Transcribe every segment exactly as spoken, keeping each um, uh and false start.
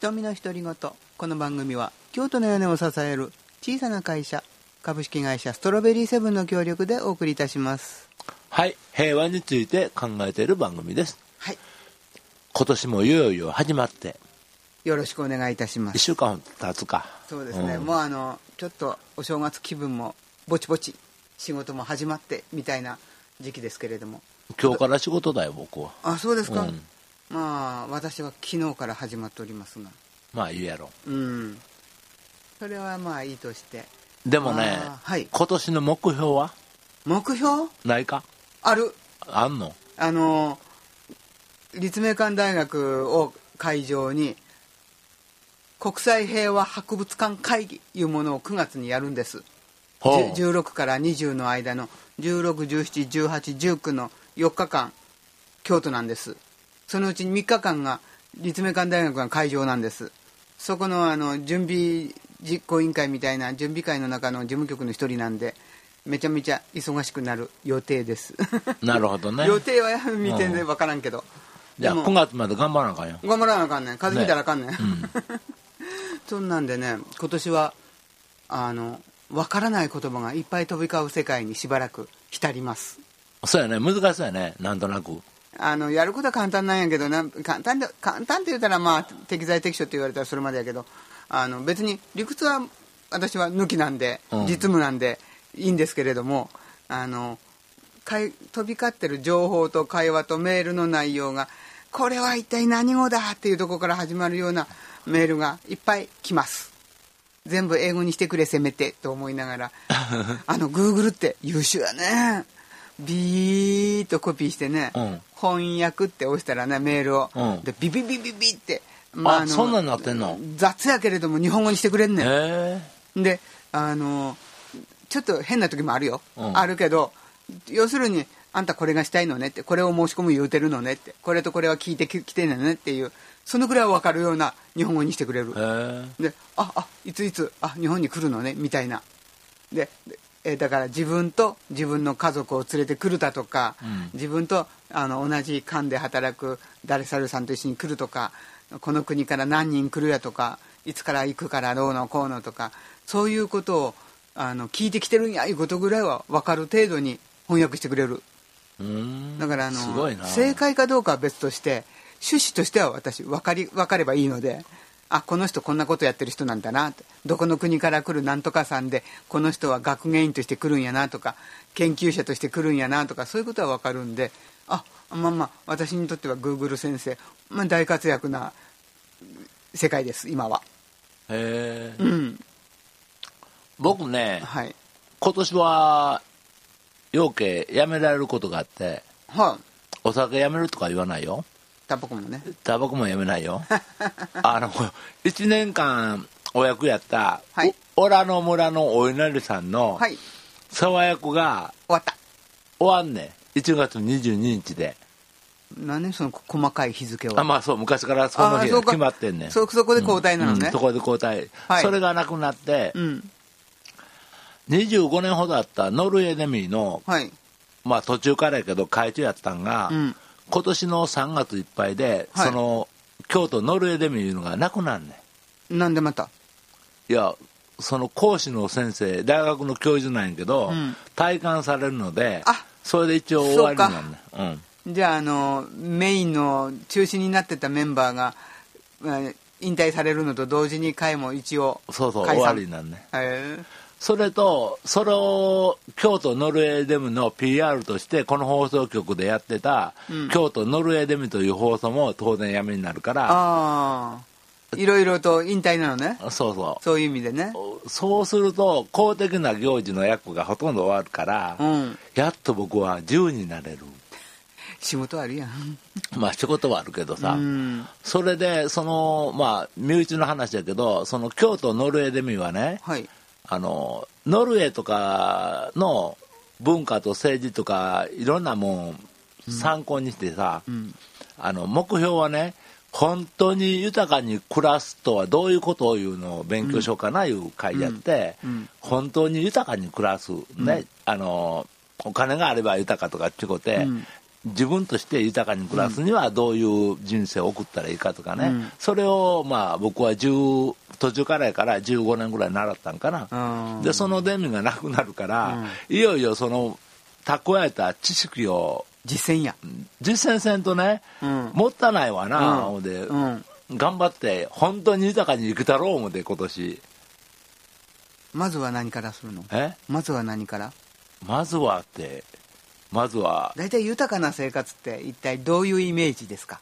瞳の独り言。この番組は京都の屋根を支える小さな会社株式会社ストロベリーセブンの協力でお送りいたします。 はい、平和について考えている番組です。 はい、 今年もいよいよ始まってよろしくお願いいたします。 いっしゅうかん経つか。 そうですね、 うん、 もうあのちょっとお正月気分もぼちぼち仕事も始まってみたいな時期ですけれども、 今日から仕事だよ僕は。 あ、そうですか、 うん、 まあ私は昨日から始まっておりますが、 まあいいやろ。 うんそれはまあいいとして、 でもね、 はい、 今年の目標は目標ないか。 ある。 あんの。 あの立命館大学を会場に国際平和博物館会議いうものをくがつにやるんです。じゅうろくからにじゅうの間のじゅうろく、じゅうなな、じゅうはち、じゅうきゅうのよっかかん京都なんです。そのうちみっかかんが立命館大学が会場なんです。そこのあの準備実行委員会みたいな準備会の中の事務局の一人なんで、めちゃめちゃ忙しくなる予定ですなるほどね。 予定は見てね分からんけど、 じゃあくがつまで頑張らなあかんよ。 頑張らなあかんねん。風邪ひいたらあかんねん、ね、うん、そんなんでね、今年はあの分からない言葉がいっぱい飛び交う世界にしばらく浸ります。 そうやね、難しそうやね。なんとなくあのやることは簡単なんやけどな、簡単で簡単って言ったらまあ適材適所って言われたらそれまでやけど、あの別に理屈は私は抜きなんで、うん、実務なんでいいんですけれども、あのかい飛び交ってる情報と会話とメールの内容がこれは一体何語だっていうところから始まるようなメールがいっぱい来ます。全部英語にしてくれせめてと思いながらあの Google って優秀やね。ビーッとコピーしてね、うん、翻訳って押したらねメールを、うん、でビビビビビって、 まあ、あのそんなんなってんの。 雑やけれども日本語にしてくれんねん。 へであのちょっと変な時もあるよ、うん、あるけど要するにあんたこれがしたいのねって、これを申し込む言うてるのねって、これとこれは聞いてきてんのねっていう、そのくらいは分かるような日本語にしてくれる。でああいついつあ日本に来るのねみたいなでえだから自分と自分の家族を連れてくるだとか、うん、自分とあの同じ館で働く誰々さんと一緒に来るとか、この国から何人来るやとか、いつから行くからどうのこうのとか、そういうことをあの聞いてきてるんやいうことぐらいは分かる程度に翻訳してくれる。 うーんだからあのすごいな。 正解かどうかは別として趣旨としては私分かり分かればいいので、あこの人こんなことやってる人なんだなって、どこの国から来るなんとかさんでこの人は学芸員として来るんやなとか研究者として来るんやなとか、そういうことは分かるんで、あまあまあ私にとっては Google 先生、まあ、大活躍な世界です今は。 へえ、 うん、 僕ね、 はい、 今年は養鶏やめられることがあって、 はい、 お酒やめるとか言わないよ。 タバコもね。 タバコもやめないよあのいちねんかんお役やった、はい、オラの村のお稲荷さんの世話役が終わった終わんねんいちがつにじゅうににちで。 何その細かい日付は。 あまあそう昔からその日が決まってんねん。 そ, そこで交代なのね、 うんうん、そこで交代、はい、それがなくなって、 うん、 にじゅうごねんほどあったノルウェーデミーの、はい、まあ途中からやけど会長やったんが、うん、今年のさんがついっぱいで、はい、その京都ノルウェーデミーいうのがなくなんねん。なんでまた。 いやその講師の先生大学の教授なんやけど、うん、退官されるので、あそれで一応終わりなんねん。うん、 じゃあ、あのメインの中心になってたメンバーが、まあ、引退されるのと同時に会も一応そうそう終わりなんね。 へー。 それとそれを京都ノルウェーデミの ピーアール としてこの放送局でやってた、うん、京都ノルウェーデミという放送も当然やめになるから、 あいろいろと引退なのね。 そうそうそういう意味でね。 そうすると公的な行事の役がほとんど終わるから、うん、やっと僕は自由になれる。 仕事あるやんまあ仕事はあるけどさ、うん、それでそのまあ身内の話だけど、その京都ノルウェーデミはね、はい、あのノルウェーとかの文化と政治とかいろんなもん参考にしてさ、うん、あの目標はね、本当に豊かに暮らすとはどういうことを言うのを勉強しようかないう会やって、うんうん、本当に豊かに暮らす、ね、うん、あのお金があれば豊かとかってことで、 自分として豊かに暮らすにはどういう人生を送ったらいいかとかね、うん、それをまあ僕はじゅう途中からやからじゅうごねんぐらい習ったんかな、うん、でそのデミがなくなるから、うん、いよいよその蓄えた知識を実践や実践せんとね、うん、もったいないわな、うん、で、うん、頑張って本当に豊かに生きたろう思って今年。 まずは何からするの？ えまずは何から？ まずはってまずはだいたい豊かな生活って一体どういうイメージですか？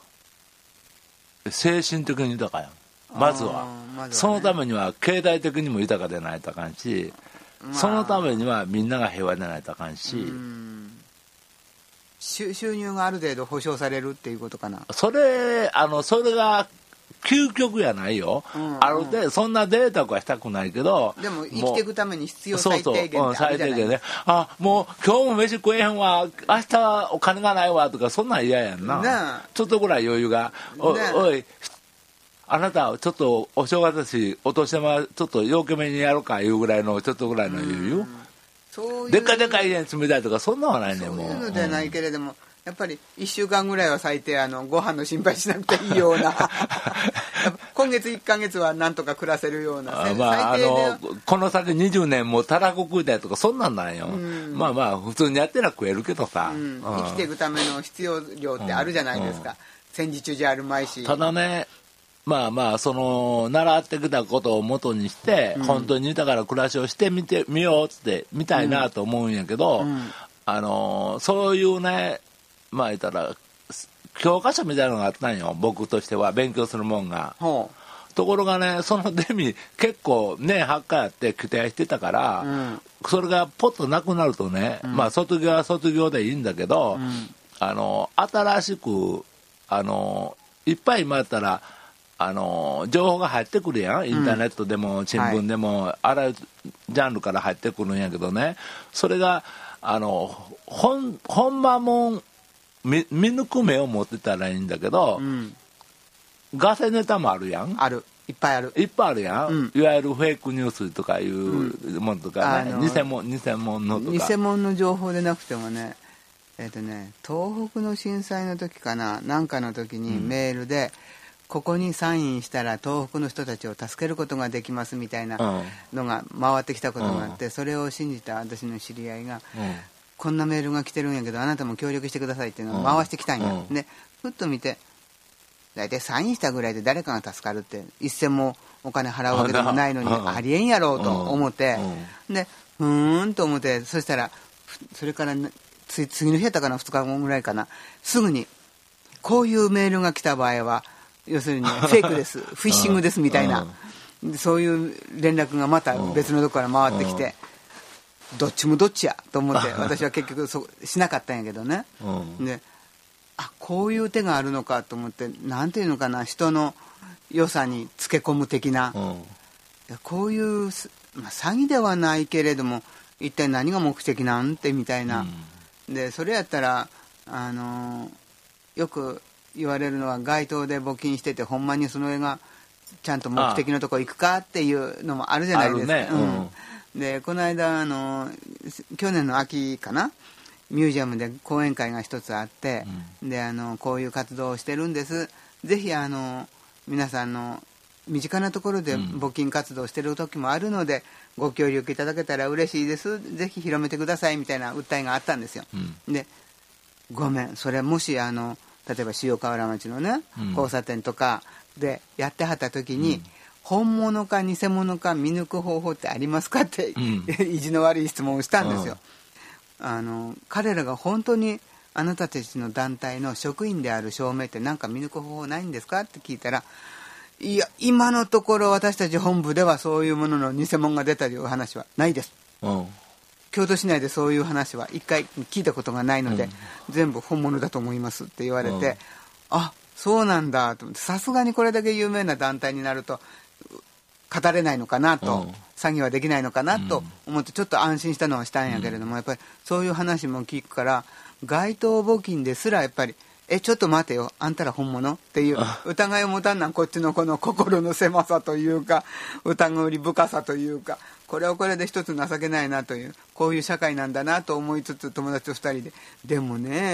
精神的に豊かやんまずは、まずはね、そのためには経済的にも豊かでないとあかんし、まあ、そのためにはみんなが平和でないとあかんし、うん収入がある程度保障されるっていうことかな。 それあのそれが究極やないよ、うんうん、ある程度そんな贅沢はしたくないけどでも生きていくために必要最低限ってあるじゃない。 そうそう、うん、最低限ね。あもう今日も飯食えへんわ明日はお金がないわとかそんなん嫌やんな、ね、ちょっとぐらい余裕が、お, ね、おいあなたちょっとお正月だしお年玉ちょっと陽気めにやろうかいうぐらいのちょっとぐらいの余裕、うん、そういうでっかでかい家に住みたいとかそんなんはないね。もうそういうのではないけれども、うんやっぱりいっしゅうかんぐらいは最低あのご飯の心配しなくていいような今月いっかげつはなんとか暮らせるような、 あ、まあ、あのこの先にじゅうねんもたらこ食いたいとかそんなんなんよ、うん、まあまあ普通にやってら食えるけどさ、うん、 生きていくための必要量ってあるじゃないですか、うん、戦時中じゃあるまいし。 ただねまあまあその習ってきたことを元にして、うん、本当に豊かな暮らしをしてみてみようってみたいなと思うんやけど、うん、あのそういうねまあ言ったら教科書みたいなのがあったんよ僕としては勉強するもんが。ところがねそのデミ結構年はちかいやって期待してたから、うん、それがポッとなくなるとね、うん、まあ卒業は卒業でいいんだけど、うん、あの新しくあのいっぱい今やったらあの情報が入ってくるやんインターネットでも新聞でも、はい、あらゆるジャンルから入ってくるんやけどねそれがあのほんほんまもん見, 見抜く目を持ってたらいいんだけど、うん、ガセネタもあるやん。 あるいっぱいあるいっぱいあるやん、うん、いわゆるフェイクニュースとかいうものとかね、うん、偽物偽物のとか偽物の情報でなくてもねえっ、ー、とね東北の震災の時かななんかの時にメールで、うん、ここにサインしたら東北の人たちを助けることができますみたいなのが回ってきたことがあって、うん、それを信じた私の知り合いが、うんこんなメールが来てるんやけどあなたも協力してくださいっていうのを回してきたんや、うん、でふっと見て大体サインしたぐらいで誰かが助かるって一銭もお金払うわけでもないのにありえんやろうと思ってでふーんと思ってそしたらそれからつ次の日やったかなふつかごぐらいかなすぐにこういうメールが来た場合は要するにフェイクですフィッシングですみたいなそういう連絡がまた別のところから回ってきてどっちもどっちやと思って私は結局そしなかったんやけどね、うん、であこういう手があるのかと思ってなんていうのかな人の良さにつけ込む的な、うん、こういう、まあ、詐欺ではないけれども一体何が目的なんてみたいな、うん、でそれやったらあのよく言われるのは街頭で募金しててほんまにその絵がちゃんと目的のとこ行くかっていうのもあるじゃないですか。あるね、うんでこの間あの去年の秋かなミュージアムで講演会が一つあって、うん、であのこういう活動をしてるんですぜひあの皆さんの身近なところで募金活動してる時もあるので、うん、ご協力いただけたら嬉しいですぜひ広めてくださいみたいな訴えがあったんですよ、うん、でごめんそれもしあの例えば塩河原町のね、うん、交差点とかでやってはった時に、うん本物か偽物か見抜く方法ってありますかって、うん、意地の悪い質問をしたんですよ、うん、あの彼らが本当にあなたたちの団体の職員である証明って何か見抜く方法ないんですかって聞いたらいや今のところ私たち本部ではそういうものの偽物が出たという話はないです、うん、京都市内でそういう話は一回聞いたことがないので、うん、全部本物だと思いますって言われて、うん、あそうなんだと思ってさすがにこれだけ有名な団体になると語れないのかなと、うん、詐欺はできないのかなと思ってちょっと安心したのはしたんやけれども、うん、やっぱりそういう話も聞くから街頭募金ですらやっぱりえちょっと待てよあんたら本物っていう疑いを持たんなんこっちのこの心の狭さというか疑り深さというかこれはこれで一つ情けないなというこういう社会なんだなと思いつつ友達とふたりででもね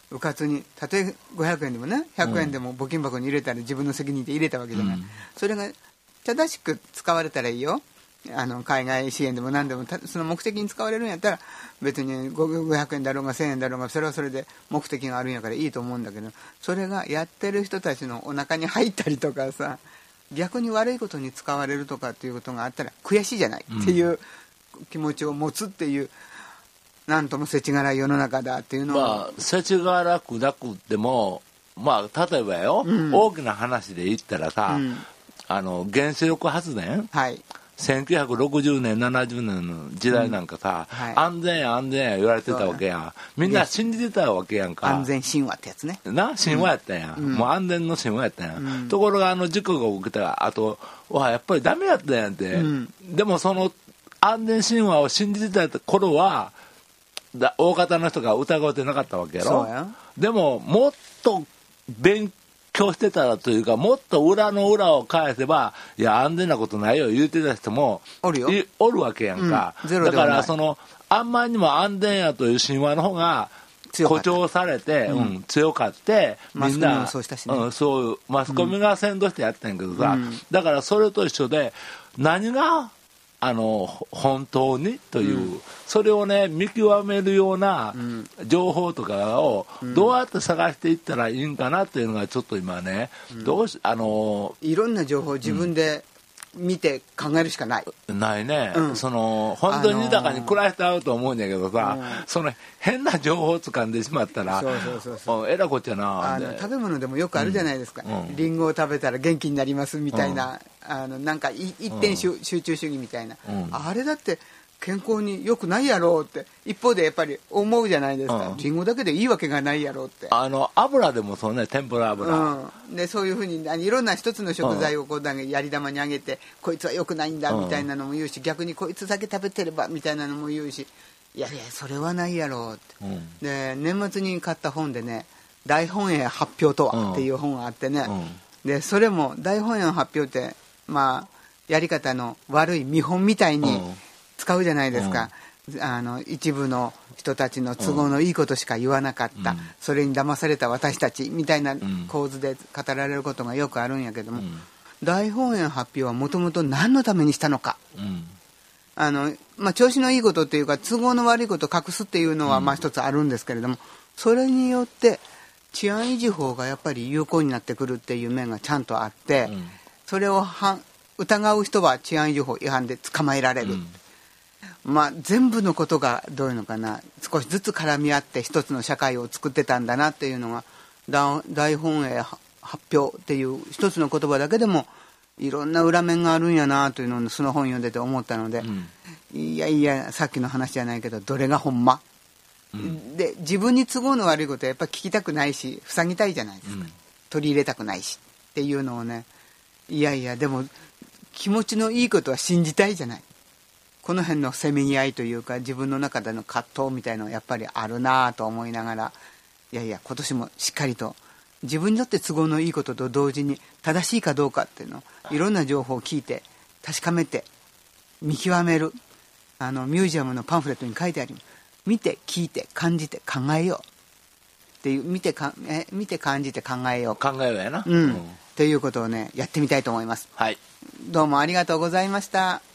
うかつにたとえごひゃくえんでもねひゃくえんでも募金箱に入れたら自分の責任で入れたわけじゃない、うん、それが正しく使われたらいいよ。あの海外支援でも何でもその目的に使われるんやったら別にごひゃくえんだろうがせんえんだろうがそれはそれで目的があるんやからいいと思うんだけど、それがやってる人たちのお腹に入ったりとかさ、逆に悪いことに使われるとかっていうことがあったら悔しいじゃないっていう気持ちを持つっていう、なんとも世知辛い世の中だっていうのは、 まあ世知辛くなくっても、まあ例えばよ、うん、大きな話で言ったらさ、うん、あの原子力発電、はい、せんきゅうひゃくろくじゅうねんななじゅうねんの時代なんかさ、うんはい、安全や安全や言われてたわけやん。みんな信じてたわけやんか。 安全神話ってやつね。 な神話やったんや、うん、もう安全の神話やったんや、うん、ところがあの事故が起きた後わやっぱりダメやったんやんて、うん、でもその安全神話を信じてた頃はだ大方の人が疑ってなかったわけやろ。 そうや。 でももっと勉強してたらというか、もっと裏の裏を返せばいや安全なことないよ言うてた人もおるよ、 おるわけやんか、うん、だからそのあんまりにも安全やという神話の方が誇張されて、うんうん、強かってみんなそうしたしね、 うん、そういうマスコミが先導してやってんけどさ、うん、だからそれと一緒で何があの本当にという、うん、それをね見極めるような情報とかをどうやって探していったらいいんかなっていうのがちょっと今ね、うん、どうしあのいろんな情報を自分で見て考えるしかない、 うん、ないね、うん、その本当に豊かに暮らして合うと思うんだけどさ、あのー、その変な情報を掴んでしまったらそうそうそうそうえらこっちゃな。 あの食べ物でもよくあるじゃないですか、うん、リンゴを食べたら元気になりますみたいな、うん、あのなんか一点集中主義みたいな、うん、あれだって健康に良くないやろうって一方でやっぱり思うじゃないですか、うん、リンゴだけでいいわけがないやろうって。 あの油でもそうね、天ぷら油、 うん、でそういうふうにいろんな一つの食材をこうやり玉にあげて、うん、こいつは良くないんだみたいなのも言うし、逆にこいつだけ食べてればみたいなのも言うし、いやいやそれはないやろうって、うん、で年末に買った本でね大本営発表とはっていう本があってね、うん、でそれも大本営の発表ってまあやり方の悪い見本みたいに使うじゃないですか、うん、あの一部の人たちの都合のいいことしか言わなかった、うん、それに騙された私たちみたいな構図で語られることがよくあるんやけども、うん、大本営発表はもともと何のためにしたのか、うん、あのまあ、調子のいいことっていうか都合の悪いことを隠すっていうのはまあ一つあるんですけれども、それによって治安維持法がやっぱり有効になってくるっていう面がちゃんとあって、うん、それをは疑う人は治安維持法違反で捕まえられる、うん、まあ、全部のことがどういうのかな少しずつ絡み合って一つの社会を作ってたんだなっていうのが大本営発表っていう一つの言葉だけでもいろんな裏面があるんやなというのをその本読んでて思ったので、うん、いやいやさっきの話じゃないけどどれがほんま、うん、で自分に都合の悪いことはやっぱり聞きたくないし塞ぎたいじゃないですか、うん、取り入れたくないしっていうのをね、いやいやでも気持ちのいいことは信じたいじゃない。この辺のせめぎ合いというか自分の中での葛藤みたいなのはやっぱりあるなと思いながら、いやいや今年もしっかりと自分にとって都合のいいことと同時に正しいかどうかっていうのをいろんな情報を聞いて確かめて見極める。あのミュージアムのパンフレットに書いてあります。見て聞いて感じて考えようっていう、見てかえ見て感じて考えよう考えようやな、 うん、うん、っていうことをねやってみたいと思います。 はい、 どうもありがとうございました。